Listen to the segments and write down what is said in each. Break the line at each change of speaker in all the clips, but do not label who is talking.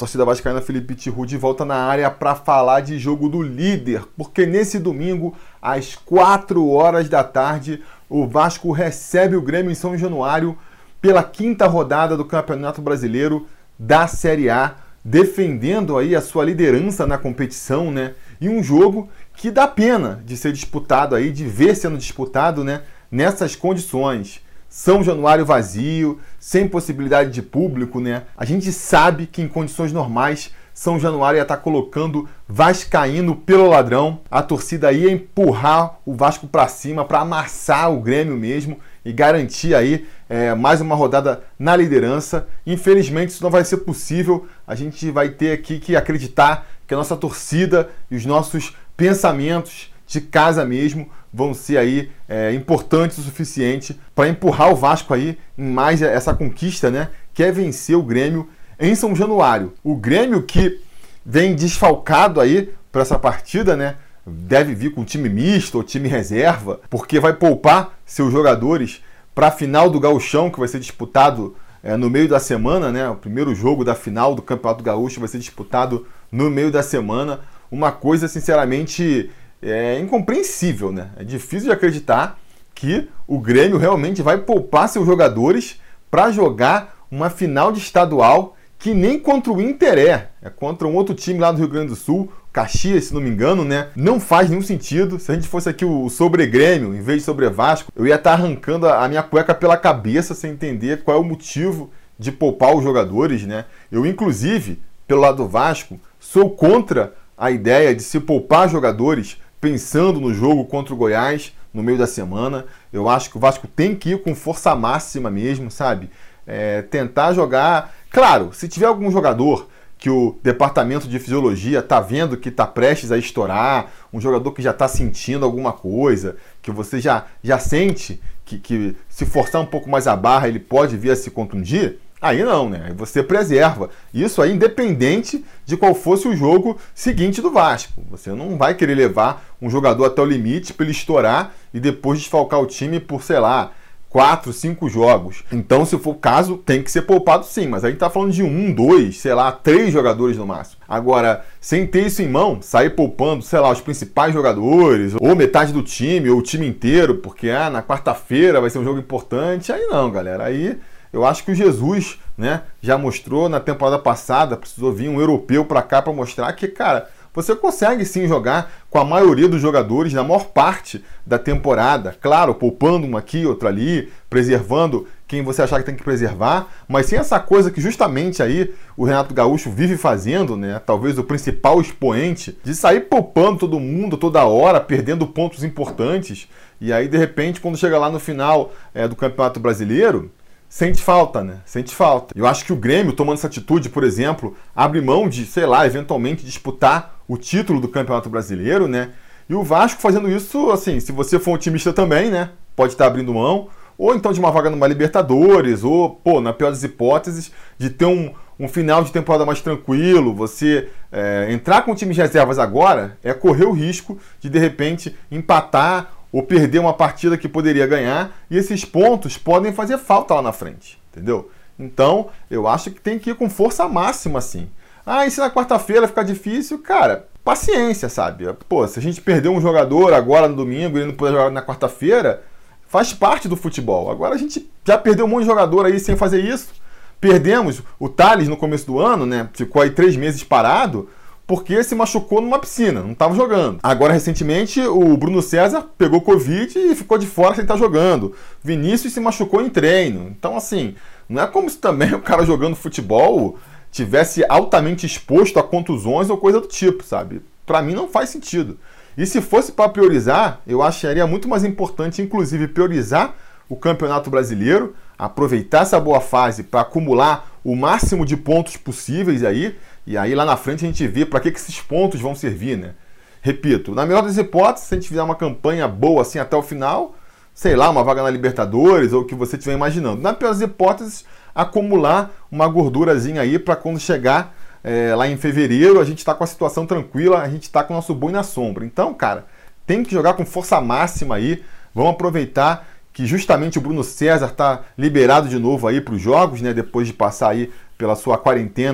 torcida vascaína, Felipe Tiru, de volta na área para falar de jogo do líder, porque nesse domingo, às 4 horas da tarde, o Vasco recebe o Grêmio em São Januário pela 5ª rodada do Campeonato Brasileiro da Série A, defendendo aí a sua liderança na competição, né? E um jogo que dá pena de ser disputado aí, de ver sendo disputado, né? Nessas condições. São Januário vazio, sem possibilidade de público, né? A gente sabe que em condições normais São Januário ia estar colocando vascaíno pelo ladrão. A torcida ia empurrar o Vasco para cima, para amassar o Grêmio mesmo e garantir aí mais uma rodada na liderança. Infelizmente isso não vai ser possível. A gente vai ter aqui que acreditar que a nossa torcida e os nossos pensamentos de casa mesmo vão ser aí importantes o suficiente para empurrar o Vasco aí em mais essa conquista, né? Que é vencer o Grêmio em São Januário. O Grêmio que vem desfalcado aí para essa partida, né? Deve vir com time misto ou time reserva, porque vai poupar seus jogadores para a final do Gauchão, que vai ser disputado no meio da semana, né? O primeiro jogo da final do Campeonato Gaúcho vai ser disputado no meio da semana. Uma coisa, sinceramente, incompreensível, né? É difícil de acreditar que o Grêmio realmente vai poupar seus jogadores para jogar uma final de estadual que nem contra o Inter é contra um outro time lá do Rio Grande do Sul, Caxias, se não me engano, né? Não faz nenhum sentido. Se a gente fosse aqui o sobre Grêmio, em vez de sobre Vasco, eu ia estar arrancando a minha cueca pela cabeça sem entender qual é o motivo de poupar os jogadores, né? Eu, inclusive, pelo lado do Vasco, sou contra a ideia de se poupar jogadores pensando no jogo contra o Goiás no meio da semana. Eu acho que o Vasco tem que ir com força máxima mesmo, sabe? Tentar jogar... Claro, se tiver algum jogador que o departamento de fisiologia está vendo que está prestes a estourar, um jogador que já está sentindo alguma coisa, que você já sente que se forçar um pouco mais a barra ele pode vir a se contundir, aí não, né? Aí você preserva. Isso aí independente de qual fosse o jogo seguinte do Vasco. Você não vai querer levar um jogador até o limite para ele estourar e depois desfalcar o time por, sei lá, 4, 5 jogos. Então, se for o caso, tem que ser poupado sim. Mas a gente tá falando de 1, 2, sei lá, 3 jogadores no máximo. Agora, sem ter isso em mão, sair poupando, sei lá, os principais jogadores, ou metade do time, ou o time inteiro, porque na quarta-feira vai ser um jogo importante. Aí não, galera. Aí eu acho que o Jesus, né, já mostrou na temporada passada, precisou vir um europeu pra cá pra mostrar que, cara, você consegue sim jogar com a maioria dos jogadores na maior parte da temporada. Claro, poupando um aqui, outro ali, preservando quem você achar que tem que preservar, mas sem essa coisa que justamente aí o Renato Gaúcho vive fazendo, né? Talvez o principal expoente, de sair poupando todo mundo toda hora, perdendo pontos importantes, e aí de repente quando chega lá no final do Campeonato Brasileiro, sente falta, né? Sente falta. Eu acho que o Grêmio, tomando essa atitude, por exemplo, abre mão de, sei lá, eventualmente disputar o título do Campeonato Brasileiro, né? E o Vasco fazendo isso, assim, se você for um otimista também, né? Pode estar abrindo mão, ou então de uma vaga numa Libertadores, ou, pô, na pior das hipóteses, de ter um final de temporada mais tranquilo. Você entrar com times de reservas agora é correr o risco de repente, empatar ou perder uma partida que poderia ganhar, e esses pontos podem fazer falta lá na frente, entendeu? Então, eu acho que tem que ir com força máxima, assim. E se na quarta-feira ficar difícil, cara, paciência, sabe? Pô, se a gente perder um jogador agora no domingo e ele não puder jogar na quarta-feira, faz parte do futebol. Agora a gente já perdeu um monte de jogador aí sem fazer isso. Perdemos o Thales no começo do ano, né? Ficou aí 3 meses parado, porque se machucou numa piscina, não estava jogando. Agora, recentemente, o Bruno César pegou Covid e ficou de fora sem estar jogando. Vinícius se machucou em treino. Então, assim, não é como se também o cara jogando futebol tivesse altamente exposto a contusões ou coisa do tipo, sabe? Para mim não faz sentido. E se fosse para priorizar, eu acharia muito mais importante, inclusive, priorizar o Campeonato Brasileiro, aproveitar essa boa fase para acumular o máximo de pontos possíveis aí, e aí lá na frente a gente vê para que esses pontos vão servir, né? Repito, na melhor das hipóteses, se a gente fizer uma campanha boa assim até o final, sei lá, uma vaga na Libertadores ou o que você estiver imaginando. Na pior das hipóteses, acumular uma gordurazinha aí para quando chegar lá em fevereiro, a gente está com a situação tranquila, a gente está com o nosso boi na sombra. Então, cara, tem que jogar com força máxima aí. Vamos aproveitar que justamente o Bruno César está liberado de novo aí para os jogos, né? Depois de passar aí pela sua quarentena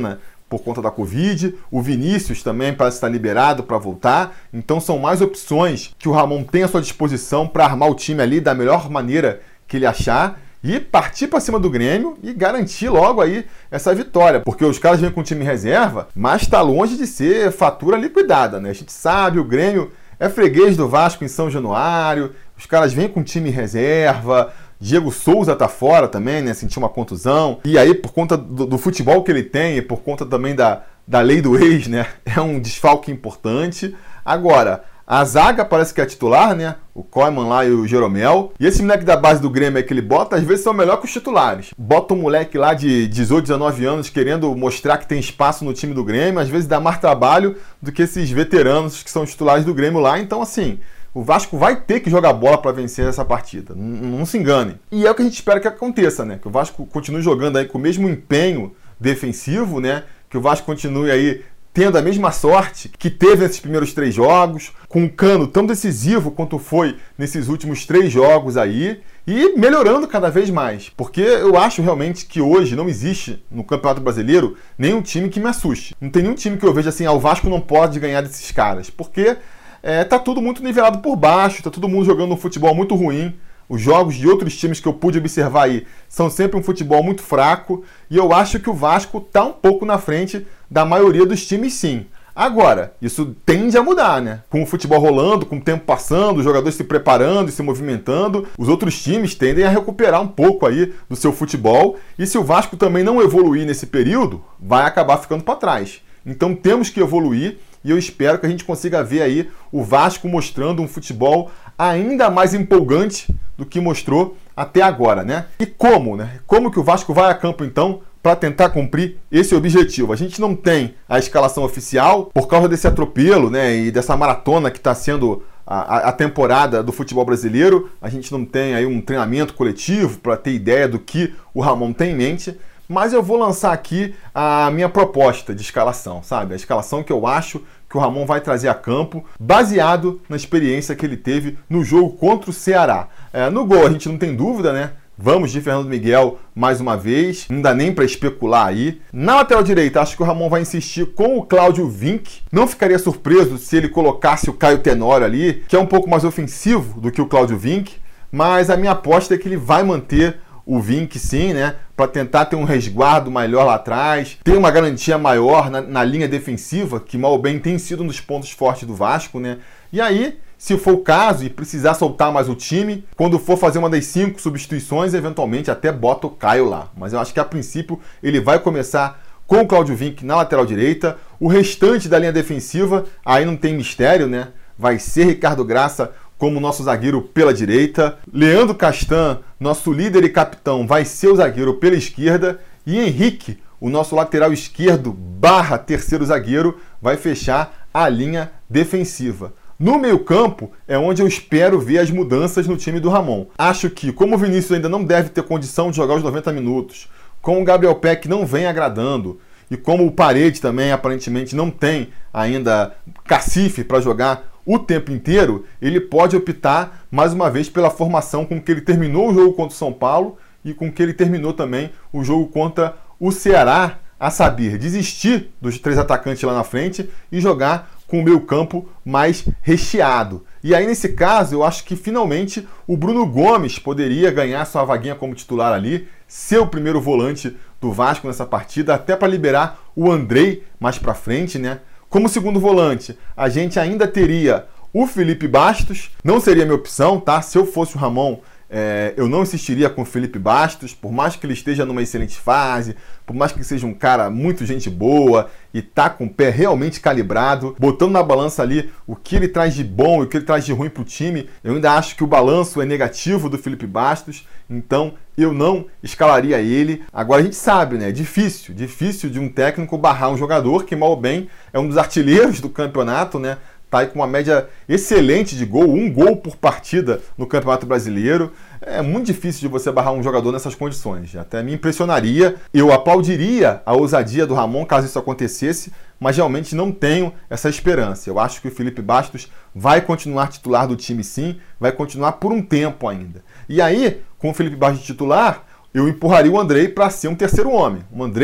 por conta da Covid. O Vinícius também parece estar liberado para voltar. Então são mais opções que o Ramon tem à sua disposição para armar o time ali da melhor maneira que ele achar e partir para cima do Grêmio e garantir logo aí essa vitória. Porque os caras vêm com o time reserva, mas está longe de ser fatura liquidada, né? A gente sabe, o Grêmio é freguês do Vasco em São Januário, os caras vêm com time reserva, Diego Souza tá fora também, né? Sentiu uma contusão. E aí, por conta do futebol que ele tem e por conta também da lei do ex, né? É um desfalque importante. Agora, a zaga parece que é titular, né? O Koeman lá e o Jeromel. E esse moleque da base do Grêmio aí que ele bota, às vezes são melhor que os titulares. Bota um moleque lá de 18, 19 anos querendo mostrar que tem espaço no time do Grêmio. Às vezes dá mais trabalho do que esses veteranos que são os titulares do Grêmio lá. Então, assim, o Vasco vai ter que jogar bola para vencer essa partida. Não se enganem. E é o que a gente espera que aconteça, né? Que o Vasco continue jogando aí com o mesmo empenho defensivo, né? Que o Vasco continue aí tendo a mesma sorte que teve nesses primeiros 3 jogos, com um Cano tão decisivo quanto foi nesses últimos 3 jogos aí, e melhorando cada vez mais. Porque eu acho realmente que hoje não existe no Campeonato Brasileiro nenhum time que me assuste. Não tem nenhum time que eu veja assim, o Vasco não pode ganhar desses caras. Porque tá tudo muito nivelado por baixo, tá todo mundo jogando um futebol muito ruim. Os jogos de outros times que eu pude observar aí são sempre um futebol muito fraco. E eu acho que o Vasco tá um pouco na frente da maioria dos times, sim. Agora, isso tende a mudar, né? Com o futebol rolando, com o tempo passando, os jogadores se preparando e se movimentando, os outros times tendem a recuperar um pouco aí do seu futebol. E se o Vasco também não evoluir nesse período, vai acabar ficando para trás. Então temos que evoluir e eu espero que a gente consiga ver aí o Vasco mostrando um futebol ainda mais empolgante do que mostrou até agora, né? E como, né? Como que o Vasco vai a campo, então, para tentar cumprir esse objetivo? A gente não tem a escalação oficial por causa desse atropelo, né? E dessa maratona que está sendo a temporada do futebol brasileiro. A gente não tem aí um treinamento coletivo para ter ideia do que o Ramon tem em mente. Mas eu vou lançar aqui a minha proposta de escalação, sabe? A escalação que eu acho que o Ramon vai trazer a campo, baseado na experiência que ele teve no jogo contra o Ceará. No gol a gente não tem dúvida, né? Vamos de Fernando Miguel mais uma vez, não dá nem para especular aí. Na lateral direita, acho que o Ramon vai insistir com o Cláudio Vinck. Não ficaria surpreso se ele colocasse o Caio Tenório ali, que é um pouco mais ofensivo do que o Cláudio Vinck, mas a minha aposta é que ele vai manter o Vinck, sim, né? Para tentar ter um resguardo melhor lá atrás, ter uma garantia maior na linha defensiva, que mal ou bem tem sido um dos pontos fortes do Vasco, né? E aí, se for o caso e precisar soltar mais o time, quando for fazer uma das 5 substituições, eventualmente até bota o Caio lá. Mas eu acho que a princípio ele vai começar com o Cláudio Vinck na lateral direita. O restante da linha defensiva, aí não tem mistério, né? Vai ser Ricardo Graça como nosso zagueiro pela direita. Leandro Castan, nosso líder e capitão, vai ser o zagueiro pela esquerda. E Henrique, o nosso lateral esquerdo / terceiro zagueiro, vai fechar a linha defensiva. No meio-campo é onde eu espero ver as mudanças no time do Ramon. Acho que, como o Vinícius ainda não deve ter condição de jogar os 90 minutos, como o Gabriel Peck não vem agradando, e como o Parede também aparentemente não tem ainda cacife para jogar o tempo inteiro, ele pode optar mais uma vez pela formação com que ele terminou o jogo contra o São Paulo e com que ele terminou também o jogo contra o Ceará, a saber, desistir dos 3 atacantes lá na frente e jogar com o meio campo mais recheado. E aí, nesse caso, eu acho que finalmente o Bruno Gomes poderia ganhar sua vaguinha como titular ali, ser o primeiro volante do Vasco nessa partida, até para liberar o Andrei mais para frente, né? Como segundo volante, a gente ainda teria o Felipe Bastos, não seria minha opção, tá? Se eu fosse o Ramon, eu não insistiria com o Felipe Bastos, por mais que ele esteja numa excelente fase, por mais que ele seja um cara muito gente boa e tá com o pé realmente calibrado, botando na balança ali o que ele traz de bom e o que ele traz de ruim pro time, eu ainda acho que o balanço é negativo do Felipe Bastos, então eu não escalaria ele. Agora a gente sabe, né? Difícil de um técnico barrar um jogador que mal ou bem é um dos artilheiros do campeonato, né? Tá aí com uma média excelente de gol, 1 gol por partida no Campeonato Brasileiro. É muito difícil de você barrar um jogador nessas condições. Até me impressionaria, eu aplaudiria a ousadia do Ramon caso isso acontecesse, mas realmente não tenho essa esperança. Eu acho que o Felipe Bastos vai continuar titular do time sim, vai continuar por um tempo ainda. E aí, com o Felipe Bastos titular, eu empurraria o Andrei para ser um terceiro homem. O Andrei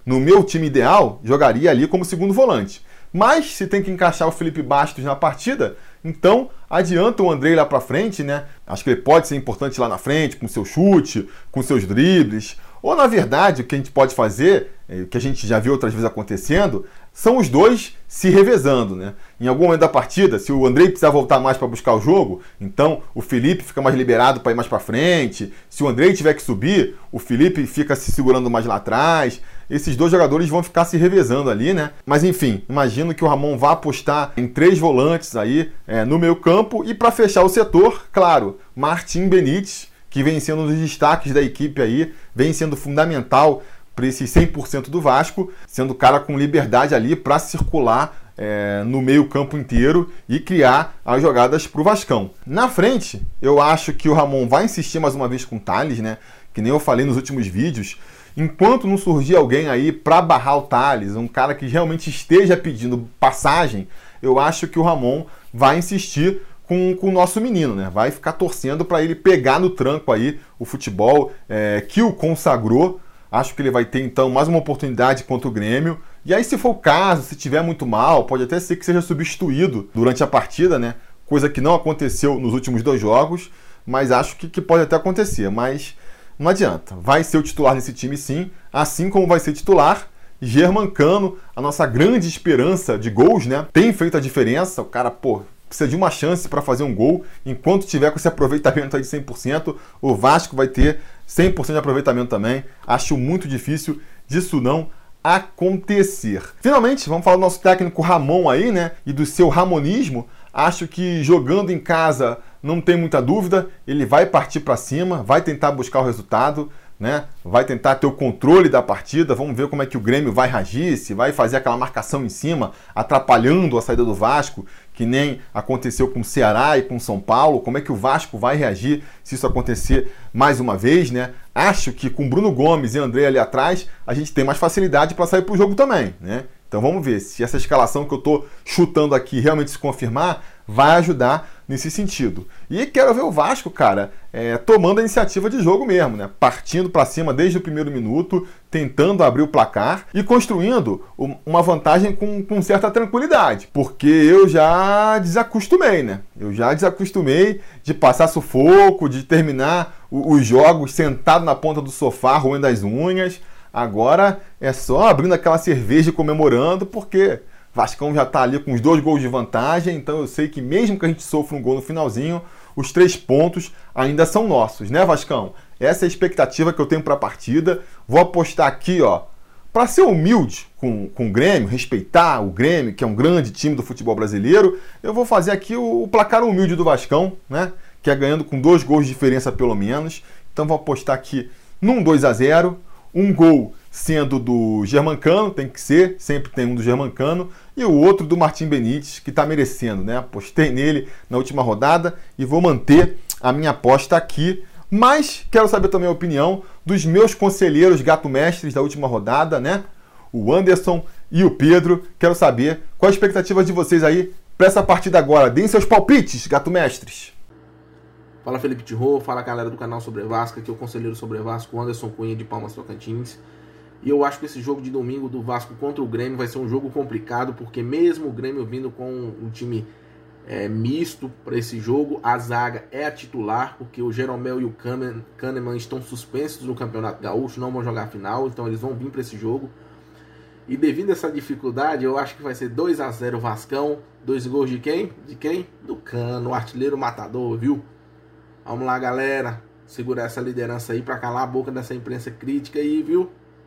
no meu time ideal, jogaria ali como segundo volante. Mas se tem que encaixar o Felipe Bastos na partida, então adianta o Andrei lá para frente, né? Acho que ele pode ser importante lá na frente, com seu chute, com seus dribles. Ou, na verdade, o que a gente pode fazer, que a gente já viu outras vezes acontecendo, são os dois se revezando, né? Em algum momento da partida, se o Andrei precisar voltar mais para buscar o jogo, então o Felipe fica mais liberado para ir mais para frente. Se o Andrei tiver que subir, o Felipe fica se segurando mais lá atrás. Esses dois jogadores vão ficar se revezando ali, né? Mas enfim, imagino que o Ramon vá apostar em 3 volantes aí no meio campo. E para fechar o setor, claro, Martim Benítez, que vem sendo um dos destaques da equipe aí, vem sendo fundamental para esse 100% do Vasco, sendo o cara com liberdade ali para circular no meio campo inteiro e criar as jogadas para o Vascão. Na frente, eu acho que o Ramon vai insistir mais uma vez com o Thales, né? Que nem eu falei nos últimos vídeos. Enquanto não surgir alguém aí para barrar o Thales, um cara que realmente esteja pedindo passagem, eu acho que o Ramon vai insistir com o nosso menino, né? Vai ficar torcendo para ele pegar no tranco aí o futebol que o consagrou. Acho que ele vai ter, então, mais uma oportunidade contra o Grêmio. E aí, se for o caso, se tiver muito mal, pode até ser que seja substituído durante a partida, né? Coisa que não aconteceu nos últimos 2 jogos, mas acho que pode até acontecer. Mas não adianta. Vai ser o titular nesse time, sim. Assim como vai ser titular Germancano, a nossa grande esperança de gols, né? Tem feito a diferença. O cara, precisa de uma chance para fazer um gol. Enquanto tiver com esse aproveitamento aí de 100%, o Vasco vai ter 100% de aproveitamento também. Acho muito difícil disso não acontecer. Finalmente, vamos falar do nosso técnico Ramon aí, né? E do seu ramonismo. Acho que jogando em casa não tem muita dúvida. Ele vai partir para cima, vai tentar buscar o resultado, né? Vai tentar ter o controle da partida. Vamos ver como é que o Grêmio vai reagir, se vai fazer aquela marcação em cima, atrapalhando a saída do Vasco, que nem aconteceu com o Ceará e com o São Paulo. Como é que o Vasco vai reagir se isso acontecer mais uma vez, né? Acho que com Bruno Gomes e André ali atrás, a gente tem mais facilidade para sair para o jogo também, né? Então vamos ver se essa escalação que eu estou chutando aqui realmente se confirmar, vai ajudar nesse sentido. E quero ver o Vasco, cara, tomando a iniciativa de jogo mesmo, né? Partindo para cima desde o primeiro minuto, tentando abrir o placar e construindo uma vantagem com certa tranquilidade. Porque eu já desacostumei, né? Eu já desacostumei de passar sufoco, de terminar os jogos sentado na ponta do sofá, roendo as unhas. Agora é só abrindo aquela cerveja e comemorando, porque Vascão já está ali com os 2 gols de vantagem, então eu sei que mesmo que a gente sofra um gol no finalzinho, os 3 pontos ainda são nossos, né, Vascão? Essa é a expectativa que eu tenho para a partida. Vou apostar aqui, ó, para ser humilde com o Grêmio, respeitar o Grêmio, que é um grande time do futebol brasileiro, eu vou fazer aqui o placar humilde do Vascão, né, que é ganhando com 2 gols de diferença pelo menos. Então vou apostar aqui num 2-0, um gol sendo do Germancano, tem que ser, sempre tem um do Germancano, e o outro do Martim Benítez, que está merecendo, né? Apostei nele na última rodada e vou manter a minha aposta aqui. Mas quero saber também a opinião dos meus conselheiros gato-mestres da última rodada, né? O Anderson e o Pedro. Quero saber qual a expectativa de vocês aí para essa partida agora. Deem seus palpites, gato-mestres.
Fala Felipe Tirô, fala galera do canal Sobre Vasco, aqui é o conselheiro Sobre Vasco, Anderson Cunha de Palmas Tocantins. E eu acho que esse jogo de domingo do Vasco contra o Grêmio vai ser um jogo complicado, porque mesmo o Grêmio vindo com um time misto para esse jogo, a zaga é a titular, porque o Jeromel e o Kahneman estão suspensos no Campeonato Gaúcho, não vão jogar a final, então eles vão vir para esse jogo. E devido a essa dificuldade, eu acho que vai ser 2-0 Vascão, 2 gols de quem? De quem? Do Cano, o artilheiro matador, viu? Vamos lá, galera, segurar essa liderança aí para calar a boca dessa imprensa crítica aí, viu?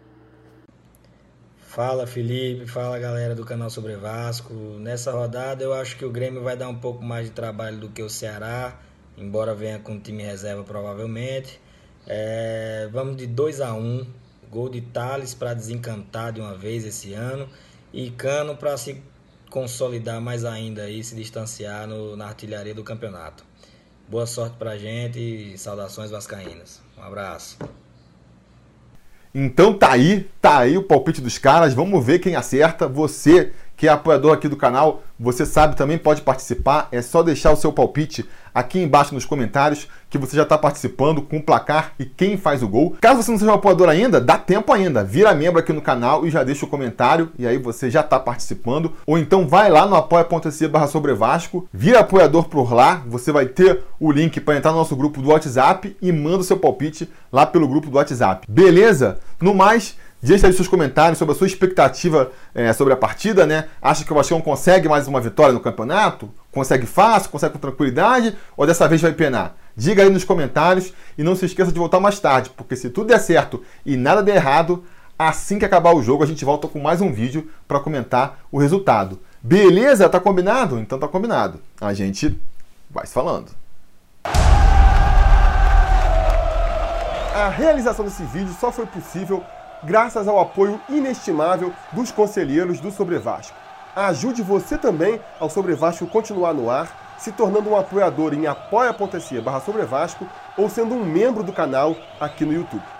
Fala Felipe, fala galera do canal Sobre Vasco. Nessa rodada eu acho que o Grêmio vai dar um pouco mais de trabalho do que o Ceará, embora venha com time reserva provavelmente. Vamos de 2-1, gol de Thales para desencantar de uma vez esse ano e Cano para se consolidar mais ainda e se distanciar na artilharia do campeonato. Boa sorte pra gente e saudações vascaínas. Um abraço.
Então tá aí o palpite dos caras. Vamos ver quem acerta. Você que é apoiador aqui do canal, você sabe, também pode participar. É só deixar o seu palpite aqui embaixo nos comentários que você já está participando com o placar e quem faz o gol. Caso você não seja um apoiador ainda, dá tempo ainda. Vira membro aqui no canal e já deixa o comentário e aí você já está participando. Ou então vai lá no apoia.se/sobrevasco, vira apoiador por lá. Você vai ter o link para entrar no nosso grupo do WhatsApp e manda o seu palpite lá pelo grupo do WhatsApp. Beleza? No mais, deixa aí seus comentários sobre a sua expectativa sobre a partida, né? Acha que o Vascão consegue mais uma vitória no campeonato? Consegue fácil? Consegue com tranquilidade? Ou dessa vez vai penar? Diga aí nos comentários e não se esqueça de voltar mais tarde, porque se tudo der certo e nada der errado, assim que acabar o jogo a gente volta com mais um vídeo para comentar o resultado. Beleza? Tá combinado? Então tá combinado. A gente vai se falando. A realização desse vídeo só foi possível graças ao apoio inestimável dos conselheiros do Sobre Vasco. Ajude você também ao Sobre Vasco continuar no ar, se tornando um apoiador em apoia.se/sobrevasco ou sendo um membro do canal aqui no YouTube.